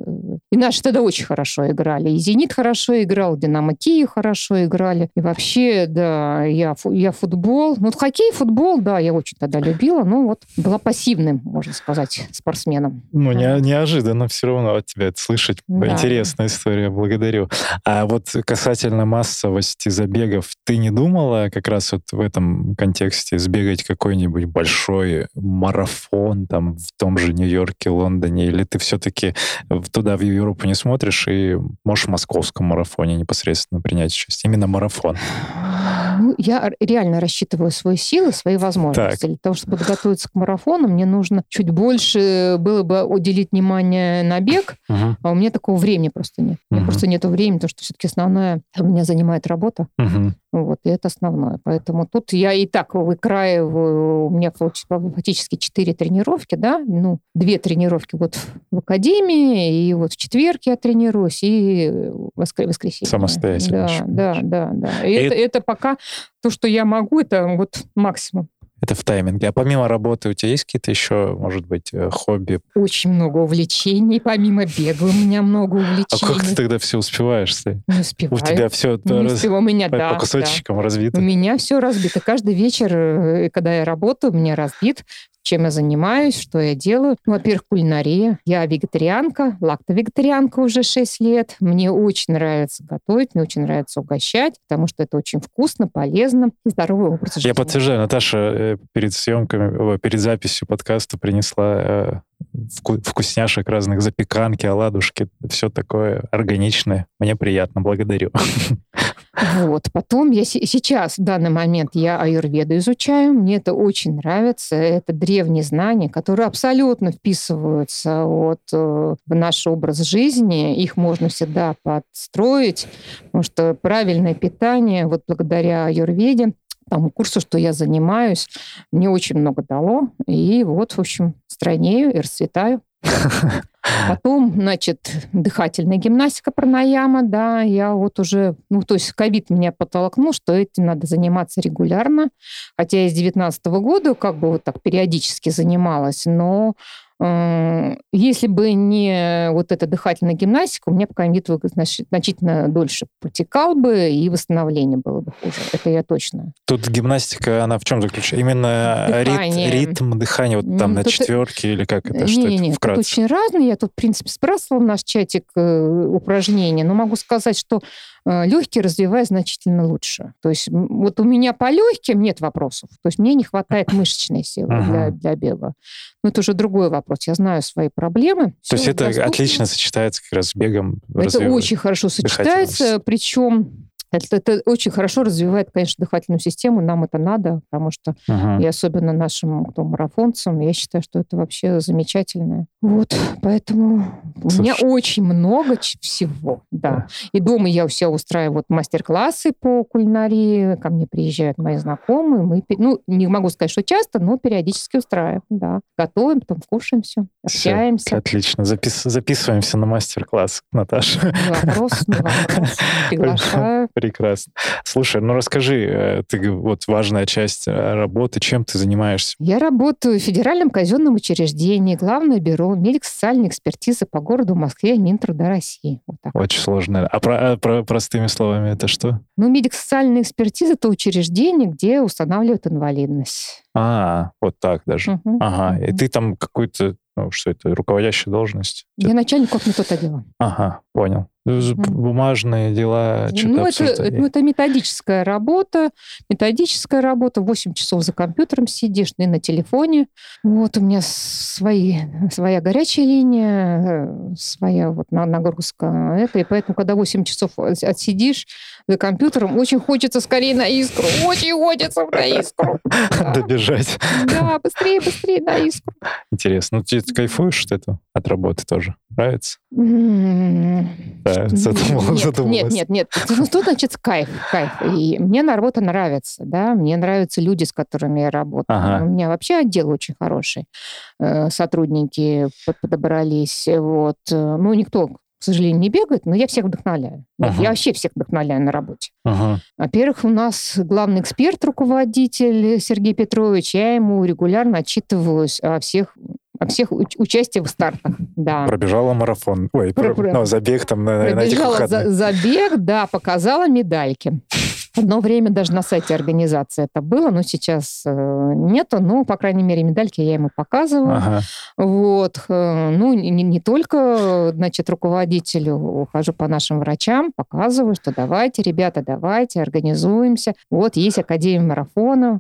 И наши тогда очень хорошо играли. И «Зенит» хорошо играл, «Динамо Киев» хорошо играли. И вообще, да, я футбол. Ну, хоккей, футбол, да, я очень тогда любила. Ну, вот, была пассивным, можно сказать, спортсменом. Ну, неожиданно все равно от тебя это слышать. Да. Интересная история, благодарю. А вот касательно массовости забегов, ты не думала как раз вот в этом контексте сбегать какой-нибудь большой марафон там в том же Нью-Йорке, Лондоне? Или ты все-таки туда, в Европу, не смотришь и можешь в московском марафоне непосредственно принять участие? Именно марафон. Ну, я реально рассчитываю свои силы, свои возможности. Так. Для того, чтобы подготовиться к марафону, мне нужно чуть больше было бы уделить внимание на бег, а у меня такого времени просто нет. У меня просто нет времени, потому что все-таки основное меня занимает работа. Вот, и это основное. Поэтому тут я и так выкраиваю, у меня фактически 4 тренировки, да, ну, 2 тренировки вот в академии, и вот в четверг я тренируюсь, и воскресенье. Самостоятельно. Да. И это пока то, что я могу, это вот максимум. Это в тайминге. А помимо работы у тебя есть какие-то еще, может быть, хобби? Очень много увлечений. Помимо бега у меня много увлечений. А как ты тогда все успеваешь? Не успеваю. У тебя все у меня, по кусочкам разбито? У меня все разбито. Каждый вечер, когда я работаю, у меня разбит, чем я занимаюсь, что я делаю. Ну, во-первых, кулинария. Я вегетарианка, лакто-вегетарианка уже 6 лет. Мне очень нравится готовить, мне очень нравится угощать, потому что это очень вкусно, полезно и здоровый образ жизни. Я подтверждаю, Наташа перед съемками, перед записью подкаста принесла вкусняшек разных, запеканки, оладушки, все такое органичное. Мне приятно, благодарю. Вот. Потом я сейчас, в данный момент, я аюрведу изучаю. Мне это очень нравится. Это древние знания, которые абсолютно вписываются в наш образ жизни. Их можно всегда подстроить, потому что правильное питание, вот благодаря аюрведе, тому курсу, что я занимаюсь, мне очень много дало. И вот, в общем, стройнею и расцветаю. Потом, значит, дыхательная гимнастика, пранаяма, да, я вот уже, то есть ковид меня подтолкнул, что этим надо заниматься регулярно, хотя я с 2019 года как бы вот так периодически занималась, но если бы не вот эта дыхательная гимнастика, у меня бы ковид значительно дольше протекал бы, и восстановление было бы хуже. Это я точно. Тут гимнастика, она в чем заключается? Именно ритм дыхания, вот там на четверке или как это? Нет, это очень разное. Я тут, в принципе, сбрасывала в наш чатик упражнения, но могу сказать, что легкие развивать значительно лучше. То есть вот у меня по легким нет вопросов. То есть мне не хватает мышечной силы для бега. Но это уже другой вопрос. Я знаю свои проблемы. То есть это отлично сочетается как раз с бегом? Это очень хорошо сочетается, причем это очень хорошо развивает, конечно, дыхательную систему. Нам это надо, потому что и особенно нашим марафонцам, я считаю, что это вообще замечательно. Вот, поэтому у меня очень много всего, да. И дома я у себя устраиваю мастер-классы по кулинарии, ко мне приезжают мои знакомые, мы, не могу сказать, что часто, но периодически устраиваем, да. Готовим, потом кушаем все, общаемся. Отлично, записываемся на мастер-класс, Наташа. Не вопрос, приглашаю. Прекрасно. Слушай, ну расскажи, ты вот важная часть работы, чем ты занимаешься? Я работаю в Федеральном казенном учреждении, Главное бюро медико-социальной экспертизы по городу Москве, Минтруда России. Вот так. Очень сложно. А простыми словами это что? Ну, медико-социальная экспертиза — это учреждение, где устанавливают инвалидность. Вот так даже. Мгм. Ага. И ты там какую-то, что это, руководящая должность? Я начальник оргметод-отдела. Ага, понял. Бумажные дела, что-то Ну, обсуждать. это методическая работа. Методическая работа. 8 часов за компьютером сидишь, и на телефоне. Вот у меня своя горячая линия, своя вот нагрузка. И поэтому, когда 8 часов отсидишь за компьютером, очень хочется скорее на искру. Очень хочется на искру. Добежать. Да, быстрее на искру. Интересно. Ну, ты кайфуешь что это от работы тоже? Нравится? Да, задумалась. Нет. Ну, что значит кайф? И мне работа нравится, да, мне нравятся люди, с которыми я работаю. Ага. У меня вообще отдел очень хороший. Сотрудники подобрались. Вот. Ну, никто, к сожалению, не бегает, но я всех вдохновляю. Ага. Я вообще всех вдохновляю на работе. Ага. Во-первых, у нас главный эксперт, руководитель Сергей Петрович. Я ему регулярно отчитываюсь о всех участиях в стартах. Да. Пробежала марафон. Ой, забег там на этих Пробежала выходных. забег, да, показала медальки. Одно время даже на сайте организации это было, но сейчас нету. Ну, по крайней мере, медальки я ему показываю. Ага. Вот. Ну, не только, значит, руководителю, хожу по нашим врачам, показываю, что давайте, ребята, давайте, организуемся. Вот есть Академия марафона,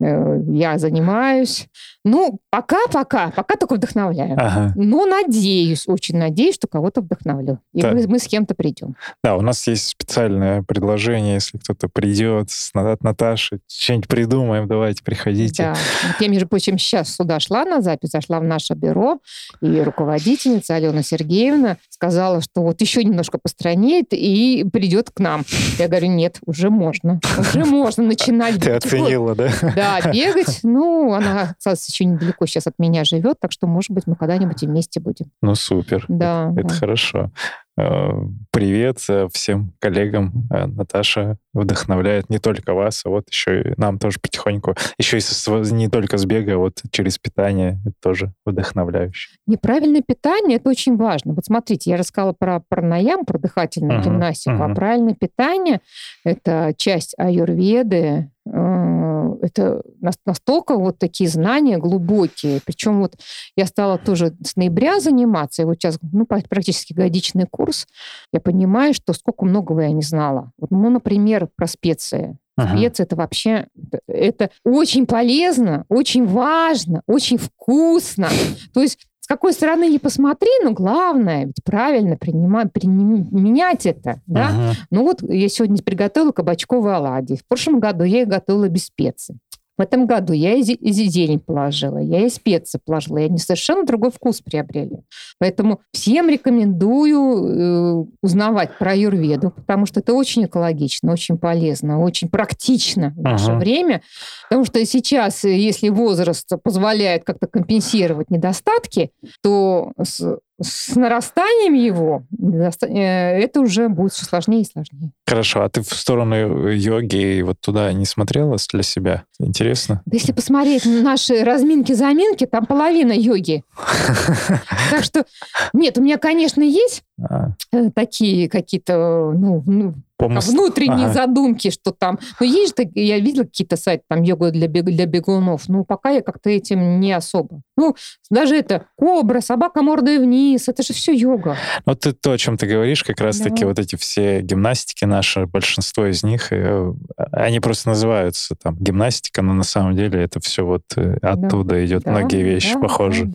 я занимаюсь. Ну, пока только вдохновляю. Ага. Но очень надеюсь, что кого-то вдохновлю. И Да. мы с кем-то придем. Да, у нас есть специальное предложение, если кто-то придет от Наташи, что-нибудь придумаем, давайте, приходите. Да. Вот я, между прочим, сейчас сюда шла на запись, зашла в наше бюро, и руководительница Алена Сергеевна сказала, что вот еще немножко постранеет и придет к нам. Я говорю, нет, уже можно начинать. Ты оценила, да? Да, бегать. Ну, она, кстати, еще недалеко сейчас от меня живет, так что, может быть, мы когда-нибудь вместе будем. Ну, супер. Да. Это хорошо. Привет всем коллегам. Наташа вдохновляет не только вас, а вот еще и нам тоже потихоньку. Еще и не только с бега, а вот через питание. Это тоже вдохновляюще. Неправильное питание — это очень важно. Вот смотрите, я рассказала про пранаям, про дыхательную гимнастику, а правильное питание — это часть аюрведы. Это настолько вот такие знания глубокие. Причем вот я стала тоже с ноября заниматься, и вот сейчас практически годичный курс. Я понимаю, что сколько многого я не знала. Вот, например, про специи. Специи — это вообще это очень полезно, очень важно, очень вкусно. То есть с какой стороны не посмотри, но главное ведь правильно применять это. Да? Ну вот я сегодня приготовила кабачковые оладьи. В прошлом году я их готовила без специй. В этом году я и зелень положила, я и специи положила, и они совершенно другой вкус приобрели. Поэтому всем рекомендую узнавать про аюрведу, потому что это очень экологично, очень полезно, очень практично в наше время. Потому что сейчас, если возраст позволяет как-то компенсировать недостатки, то с нарастанием его это уже будет все сложнее и сложнее. Хорошо, а ты в сторону йоги и вот туда не смотрела для себя? Интересно? Да если посмотреть на наши разминки-заминки, там половина йоги. Так что, нет, у меня, конечно, есть такие какие-то, внутренние задумки, что там... Но есть же, я видела какие-то сайты, там, йога для бегунов. Ну, пока я как-то этим не особо. Ну, даже это кобра, собака мордой вниз, это же все йога. Вот это то, о чем ты говоришь, как раз-таки вот эти все гимнастики наши, большинство из них, они просто называются там гимнастика, но на самом деле это все вот оттуда идет, многие вещи похожи.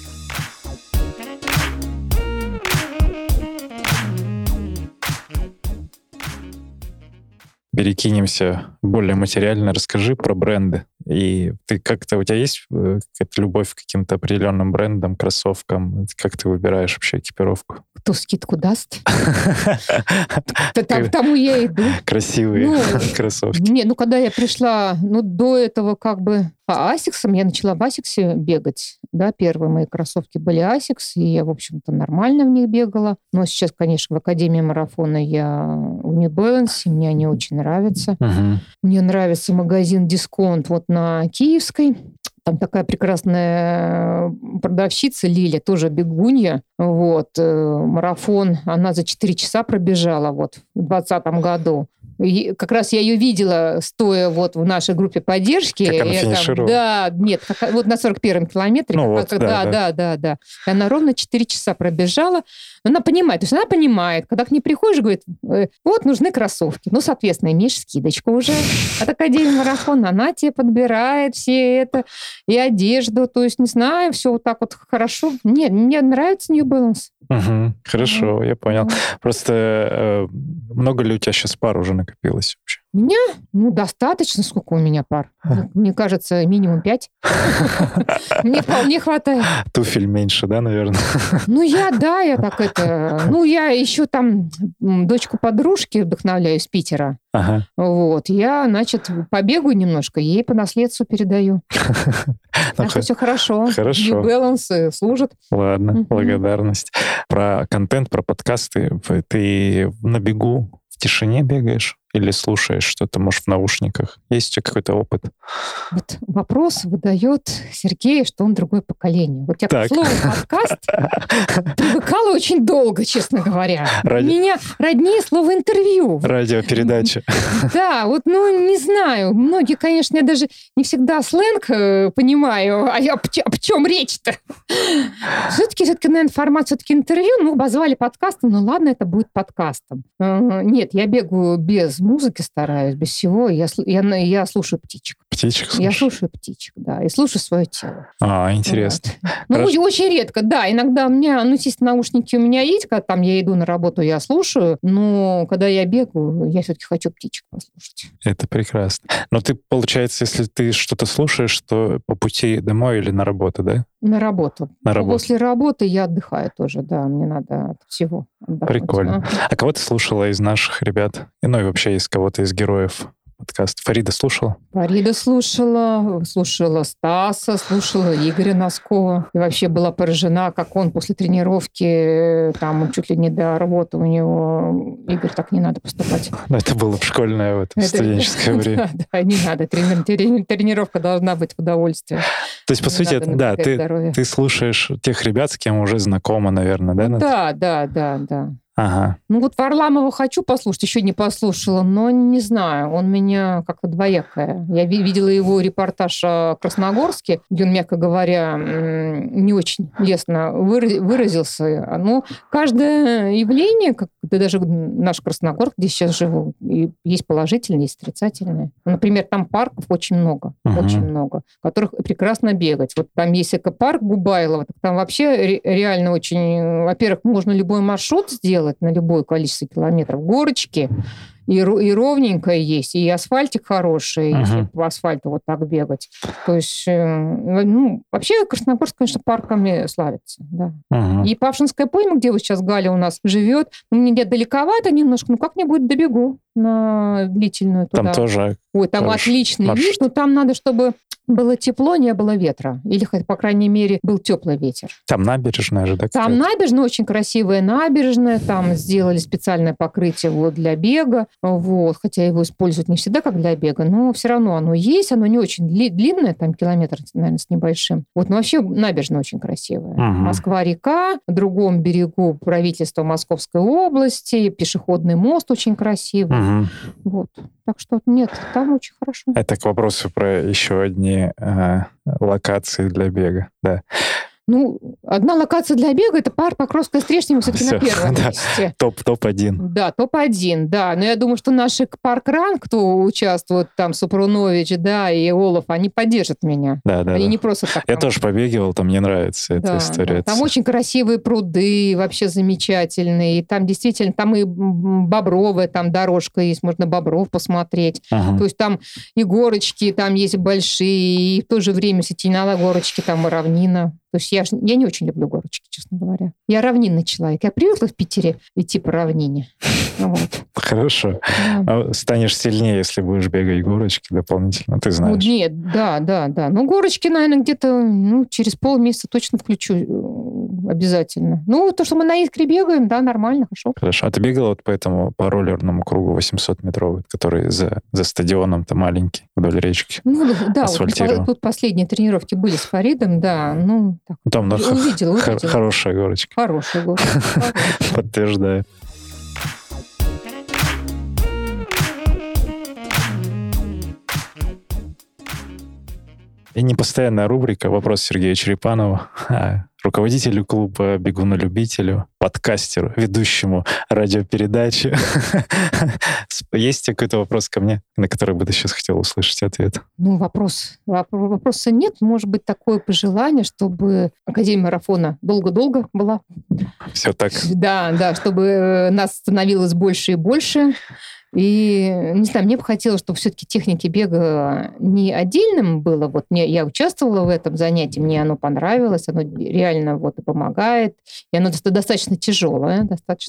Перекинемся более материально. Расскажи про бренды. И ты как-то, у тебя есть какая-то любовь к каким-то определенным брендам, кроссовкам? Как ты выбираешь вообще экипировку? Кто скидку даст? Тому я иду. Красивые кроссовки. Не, когда я пришла, до этого как бы По Asics я начала в Asics бегать. Да, первые мои кроссовки были Asics, и я, в общем-то, нормально в них бегала. Но сейчас, конечно, в Академии марафона я в New Balance, и мне они очень нравятся. Мне нравится магазин «Дисконт» вот на Киевской. Там такая прекрасная продавщица Лиля, тоже бегунья. Вот, марафон она за 4 часа пробежала вот в 2020 году. И как раз я ее видела, стоя вот в нашей группе поддержки. Как она финишировала? Да, нет, вот на 41-м километре. Ну вот, да. И она ровно 4 часа пробежала. Она понимает, то есть она понимает, когда к ней приходишь, говорит, вот нужны кроссовки. Ну, соответственно, имеешь скидочку уже от Академии марафона. Она тебе подбирает все это, и одежду, то есть, не знаю, все вот так вот хорошо. Нет, мне нравится New Balance. Хорошо, я понял. Просто много ли у тебя сейчас пар уже накопилось вообще? У меня? Ну, достаточно. Сколько у меня пар? Мне кажется, минимум 5. Мне вполне хватает. Туфель меньше, да, наверное? Ну, я так это... Ну, я еще там дочку подружки вдохновляю из Питера. Ага. Вот. Я, значит, побегаю немножко, ей по наследству передаю. Так что все хорошо. Хорошо. New Balance служит. Ладно, благодарность. Про контент, про подкасты. Ты на бегу в тишине бегаешь или слушаешь что-то, может, в наушниках? Есть у тебя какой-то опыт? Вот вопрос выдает Сергей, что он другое поколение. Вот я к слову подкаст привыкала очень долго, честно говоря. Меня роднее слово интервью. Радиопередача. Да, вот, ну, не знаю. Многие, конечно, я даже не всегда сленг понимаю, об чем речь-то. Все-таки, наверное, формат все-таки интервью, ну, обозвали подкастом, ну, ладно, это будет подкастом. Нет, я бегаю без музыки, стараюсь, без всего. Я слушаю птичек. Птичек слушаешь? Я слушаю птичек, да, и слушаю свое тело. Интересно. Вот. Ну, очень редко, да. Иногда у меня, ну, естественно, наушники у меня есть, когда там я иду на работу, я слушаю, но когда я бегаю, я все-таки хочу птичек послушать. Это прекрасно. Но ты, получается, если ты что-то слушаешь, то по пути домой или на работу, да? На работу. На работу. После работы я отдыхаю тоже, да, мне надо от всего отдохнуть. Прикольно. А кого ты слушала из наших ребят? Ну и вообще из кого-то из героев подкаста? Фарида слушала? Фарида слушала Стаса, слушала Игоря Носкова. И вообще была поражена, как он после тренировки, там чуть ли не до рвоты у него, Игорь, так не надо поступать. Ну, это было в школьное, студенческое время. Да, не надо. Тренировка должна быть в удовольствие. То есть, по сути, да, ты слушаешь тех ребят, с кем уже знакома, наверное, да? Да. Ага. Ну вот Варламова хочу послушать, еще не послушала, но не знаю, он меня как-то двоякое. Я видела его репортаж о Красногорске, где он, мягко говоря, не очень лестно выразился. Но каждое явление, да даже наш Красногорск, где сейчас живу, есть положительные, есть отрицательные. Например, там парков очень много, в которых прекрасно бегать. Вот там есть экопарк Губайлова, там вообще реально очень, во-первых, можно любой маршрут сделать, на любое количество километров. Горочки и ровненько есть, и асфальтик хороший, если по асфальту вот так бегать. То есть, ну, вообще Красногорск, конечно, парками славится, да. И Павшинская пойма, где вот сейчас Галя у нас живет, мне далековато немножко, но как-нибудь добегу на длительную туда. Там тоже... Ой, там отличный вид, но там надо, чтобы было тепло, не было ветра. Или, по крайней мере, был теплый ветер. Там набережная же, да? Там набережная, очень красивая набережная. Там сделали специальное покрытие вот для бега. Вот. Хотя его используют не всегда как для бега, но все равно оно есть. Оно не очень длинное, там километр, наверное, с небольшим. Вот, но вообще набережная очень красивая. Москва-река, в другом берегу правительство Московской области, пешеходный мост очень красивый. Вот. Так что нет, там очень хорошо. Это к вопросу про еще одни локации для бега, да. Ну, одна локация для бега — это парк Покровская Стрешнева, все-таки на первом месте. Топ-1. Да, топ-1, да. Но я думаю, что наши парк-ран, кто участвует, там, Супрунович, да, и Олаф, они поддержат меня. Да. Они не просто так. Я тоже побегивал, там мне нравится эта история. Да. Там очень красивые пруды, вообще замечательные. И там действительно, там и бобровая там дорожка есть, можно бобров посмотреть. То есть там и горочки там есть большие, и в то же время, если не надо горочки, там и равнина. То есть я не очень люблю горочки, честно говоря. Я равнинный человек. Я привыкла в Питере идти по равнине. Вот. Хорошо. Да. Станешь сильнее, если будешь бегать горочки дополнительно, ты знаешь. Нет, да. Ну, горочки, наверное, где-то через полмесяца точно включу обязательно. Ну, то, что мы на Искре бегаем, да, нормально, хорошо. Хорошо. А ты бегала вот по роллерному кругу 800-метровый, который за стадионом-то маленький, вдоль речки? Ну, да, вот тут последние тренировки были с Фаридом, да. Ну, так, там увидела. Хорошая горочка. Хорошая горочка. Подтверждаю. И непостоянная рубрика «Вопрос Сергея Черепанова», руководителю клуба «Бегуну-любителю», подкастеру, ведущему радиопередачи. Есть какой-то вопрос ко мне, на который бы ты сейчас хотел услышать ответ? Ну, вопроса нет. Может быть, такое пожелание, чтобы Академия марафона долго-долго была. Все так? Да, чтобы нас становилось больше и больше. И, не знаю, мне бы хотелось, чтобы все-таки техники бега не отдельным было. Вот я участвовала в этом занятии, мне оно понравилось, оно реально вот и помогает. И оно достаточно тяжелое.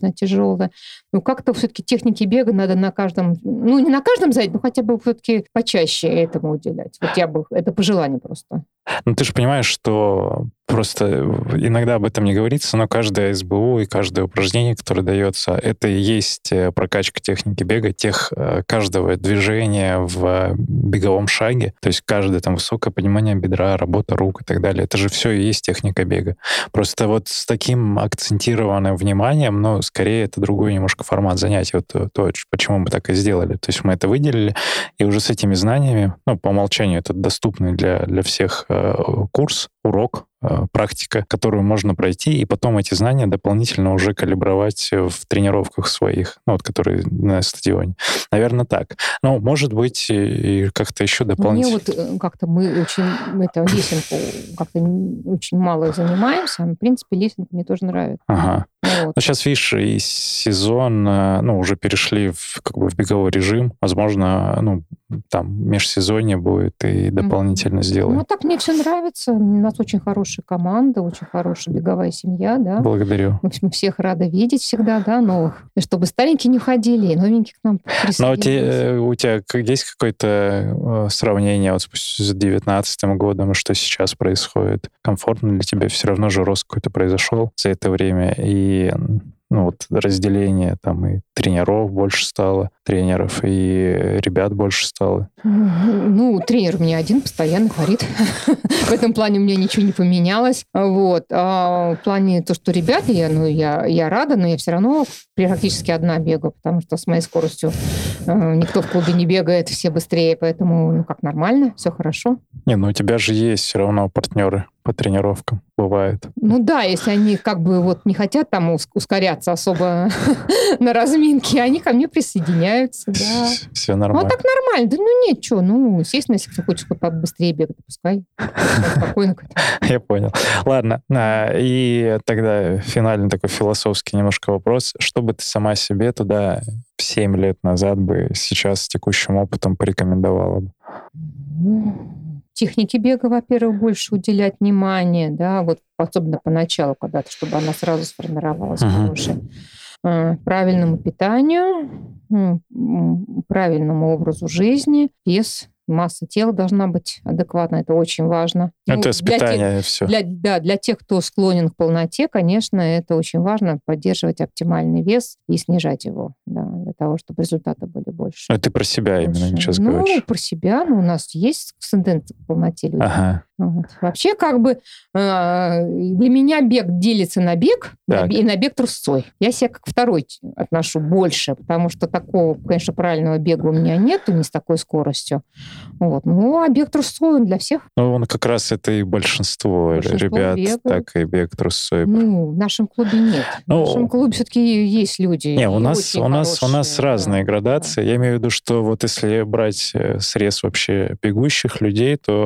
Но как-то все-таки техники бега надо на каждом, ну, не на каждом занятии, но хотя бы все-таки почаще этому уделять. Вот это пожелание просто. Ну, ты же понимаешь, что просто иногда об этом не говорится, но каждое СБУ и каждое упражнение, которое дается, это и есть прокачка техники бега, каждого движения в беговом шаге, то есть каждое там высокое понимание бедра, работа рук и так далее. Это же все и есть техника бега. Просто вот с таким акцентированным вниманием, но скорее это другой немножко формат занятий. Вот то, почему мы так и сделали. То есть мы это выделили, и уже с этими знаниями, ну, по умолчанию это доступный для всех курс, урок, практика, которую можно пройти, и потом эти знания дополнительно уже калибровать в тренировках своих, ну, вот, которые на стадионе. Наверное, так. Но, может быть, и как-то еще дополнительно. Мне вот как-то мы лесенку как-то очень мало занимаемся, в принципе, лесенка мне тоже нравится. Ага. Вот. Но сейчас, видишь, и сезон, уже перешли в беговой режим. Возможно, там межсезонье будет и дополнительно сделаем. Ну, так мне все нравится. У нас очень хорошая команда, очень хорошая беговая семья, да. Благодарю. Мы всех рады видеть всегда, да, новых. И чтобы старенькие не уходили, и новенькие к нам присоединились. Но у тебя есть какое-то сравнение вот с 2019 годом, что сейчас происходит? Комфортно для тебя? Все равно же рост какой-то произошел за это время, и разделение там и тренеров больше стало, тренеров, и ребят больше стало. Ну, тренер у меня один, постоянно Фарид. В этом плане у меня ничего не поменялось. Вот. А в плане то, что ребята, я рада, но я все равно практически одна бегаю, потому что с моей скоростью никто в клубе не бегает, все быстрее, поэтому, нормально, все хорошо. У тебя же есть все равно партнеры по тренировкам, бывает. Ну да, если они не хотят там ускоряться особо на разминке, они ко мне присоединяются, да. Все нормально. Ну, так нормально. Да нет, что, естественно, если кто хочет побыстрее бегать, пускай. Спокойно. Я понял. Ладно, и тогда финальный такой философский немножко вопрос. Что бы ты сама себе туда 7 лет назад бы сейчас с текущим опытом порекомендовала бы? Технике бега, во-первых, больше уделять внимание, да, вот особенно поначалу когда-то, чтобы она сразу сформировалась хорошая. Правильному питанию, правильному образу жизни, вес, масса тела должна быть адекватна, это очень важно. Это питание, все. Для тех, кто склонен к полноте, конечно, это очень важно, поддерживать оптимальный вес и снижать его, да, для того, чтобы результаты были больше. Это про себя именно сейчас говоришь? Про себя, у нас есть тенденция к полноте людей. Ага. Вот. Вообще, для меня бег делится на бег и на бег трусцой. Я себя как второй отношу больше, потому что такого, конечно, правильного бега у меня нету, не с такой скоростью. Вот. А бег трусцой он для всех. Он как раз это и большинство ребят, бегают. Так и бег трусцой. В нашем клубе нет. В нашем клубе все-таки есть люди. У нас разные градации. Я имею в виду, что вот если брать срез вообще бегущих людей, то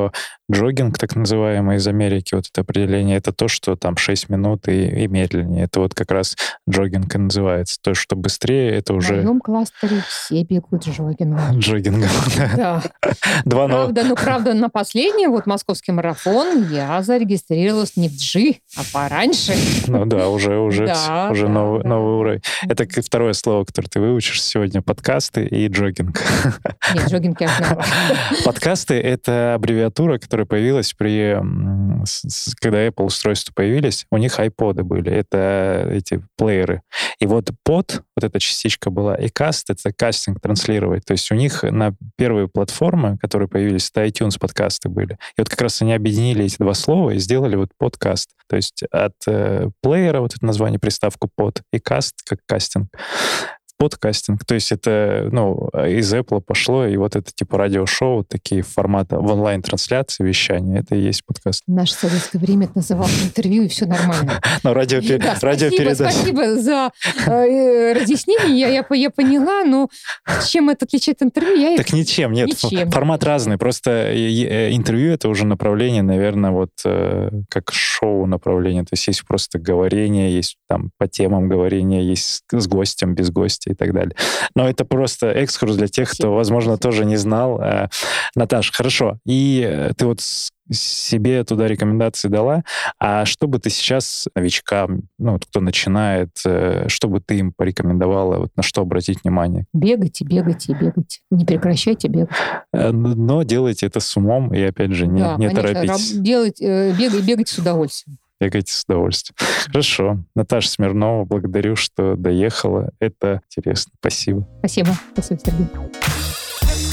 Джогинг, так называемый, из Америки, вот это определение, это то, что там 6 минут и медленнее. Это вот как раз джогинг и называется. То, что быстрее, это уже... В моем кластере все бегут джогингом. Джогингом, да. Правда, на последний вот московский марафон я зарегистрировалась не в G, а пораньше. Ну да, уже новый уровень. Это второе слово, которое ты выучишь сегодня. Подкасты и джогинг. Нет, джогинг я знала. Подкасты — это аббревиатура, которая появилась когда Apple устройства появились, у них iPod'ы были, это эти плееры. И вот под, вот эта частичка была, и каст — это кастинг, транслировать. То есть у них на первые платформы, которые появились, это iTunes подкасты были. И вот как раз они объединили эти два слова и сделали вот подкаст. То есть от плеера, вот это название, приставку под, и каст, как кастинг. Подкастинг. То есть это, из Apple пошло, и вот это типа радиошоу, такие форматы в онлайн-трансляции, вещания, это и есть подкаст. В наше советское время это называлось интервью, и все нормально. Но радиопередача. Спасибо за разъяснение, я поняла, но чем это отличает интервью? Так ничем, нет. Формат разный, просто интервью — это уже направление, наверное, вот как шоу направление, то есть есть просто говорение, есть там по темам говорение, есть с гостем, без гостя и так далее. Но это просто экскурс для тех, кто, возможно, тоже не знал. Наташ, хорошо. И ты вот себе туда рекомендации дала. А что бы ты сейчас новичкам, кто начинает, что бы ты им порекомендовала, вот на что обратить внимание? Бегайте. Не прекращайте бегать. Но делайте это с умом и, опять же, не торопитесь. Бегайте с удовольствием. Бегайте с удовольствием. Хорошо. Наташа Смирнова, благодарю, что доехала. Это интересно. Спасибо. Спасибо, Сергей.